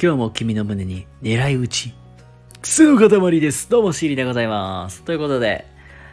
今日も君の胸に狙い撃ち。クソの塊です。どうもシリでございます。ということで、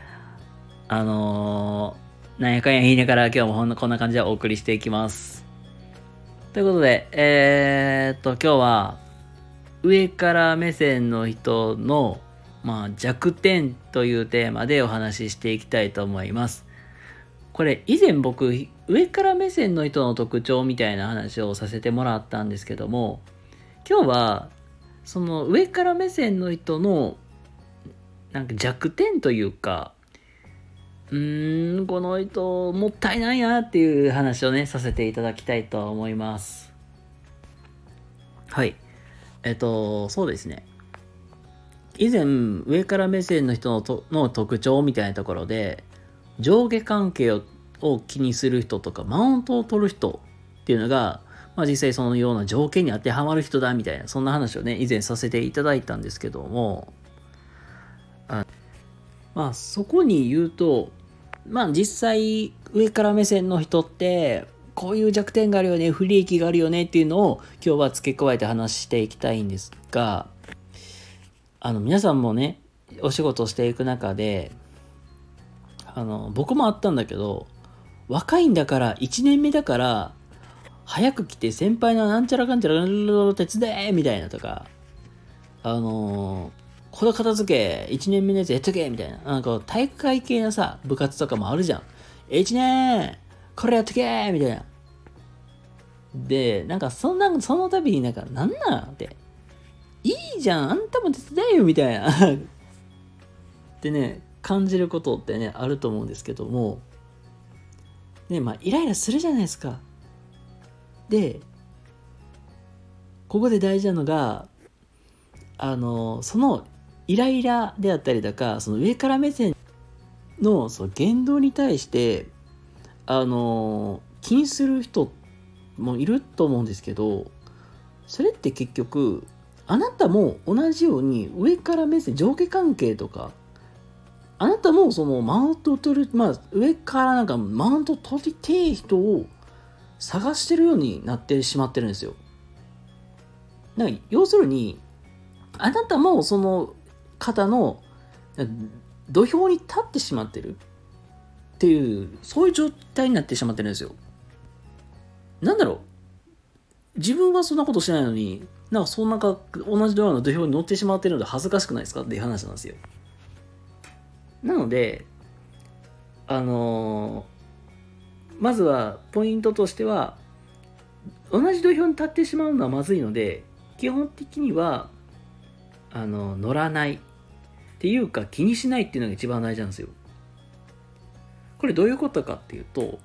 なんやかんや言いながら今日もこんな感じでお送りしていきます。ということで、今日は上から目線の人の、弱点というテーマでお話ししていきたいと思います。これ以前僕上から目線の人の特徴みたいな話をさせてもらったんですけども、今日はその上から目線の人のなんか弱点というか、この人もったいないなっていう話をねさせていただきたいと思います。はい。そうですね。以前上から目線の人の特徴みたいなところで、上下関係を気にする人とかマウントを取る人っていうのが、実際そのような条件に当てはまる人だみたいな、そんな話をね以前させていただいたんですけども、そこに言うと、実際上から目線の人ってこういう弱点があるよね、不利益があるよねっていうのを今日は付け加えて話していきたいんですが、皆さんもねお仕事をしていく中で、僕もあったんだけど、若いんだから1年目だから早く来て先輩のなんちゃらかんちゃら手伝えみたいなとか、この片付け1年目のやつやっとけみたいな、なんか体育会系のさ部活とかもあるじゃん。1年これやっとけみたいな。でなんかその度になんなんっていいじゃん、あんたも手伝えよみたいなってね感じることってねあると思うんですけどもね、イライラするじゃないですか。でここで大事なのが、そのイライラであったりとか、その上から目線のその言動に対して気にする人もいると思うんですけど、それって結局あなたも同じように上から目線、上下関係とか、あなたもそのマウントを取る、上からマウントを取りてえ人を探してるようになってしまってるんですよ。要するにあなたもその方の土俵に立ってしまってるっていう、そういう状態になってしまってるんですよ。自分はそんなことしてないのに、同じような土俵に乗ってしまってるので恥ずかしくないですかっていう話なんですよ。なのでまずはポイントとしては、同じ土俵に立ってしまうのはまずいので、基本的には乗らないっていうか気にしないっていうのが一番大事なんですよ。これどういうことかっていうと、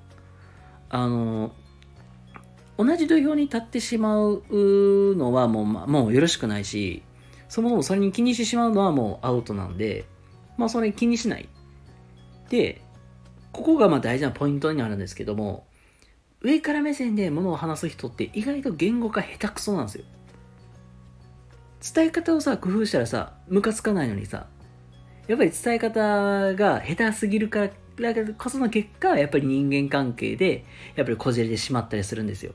同じ土俵に立ってしまうのはもうよろしくないし、そもそもそれに気にしてしまうのはもうアウトなんで、それに気にしない。で、ここが大事なポイントになるんですけども、上から目線で物を話す人って意外と言語が下手くそなんですよ。伝え方を工夫したらムカつかないのにやっぱり伝え方が下手すぎるからこその結果、やっぱり人間関係でやっぱりこじれてしまったりするんですよ。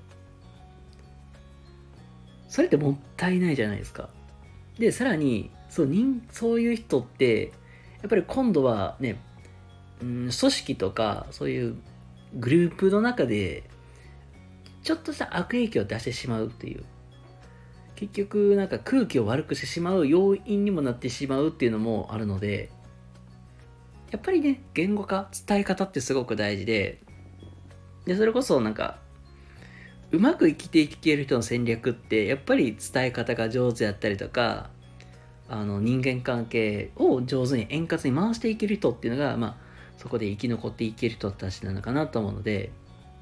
それってもったいないじゃないですか。でさらにそういう人ってやっぱり今度はね、組織とかそういうグループの中でちょっとした悪影響を出してしまうっていう、結局空気を悪くしてしまう要因にもなってしまうっていうのもあるので、やっぱりね言語化、伝え方ってすごく大事で、それこそうまく生きていける人の戦略ってやっぱり伝え方が上手やったりとか、人間関係を上手に円滑に回していける人っていうのが、そこで生き残っていける人たちなのかなと思うので、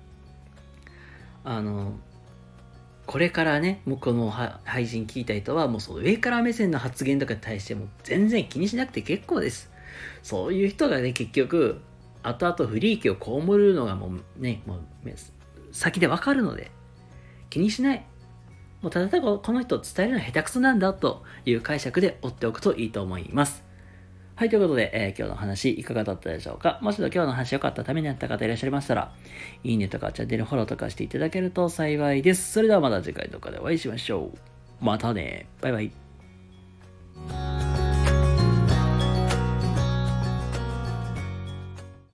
これからねこの配信聞いた人はもうその上から目線の発言とかに対しても全然気にしなくて結構です。そういう人がね結局後々不利益を被るのがもう先で分かるので気にしない。もうただこの人伝えるのは下手くそなんだという解釈で追っておくといいと思います。はい、ということで、今日の話いかがだったでしょうか。もし今日の話良かったためになった方いらっしゃいましたら、いいねとかチャンネルフォローとかしていただけると幸いです。それではまた次回動画でお会いしましょう。 またね。バイバイ。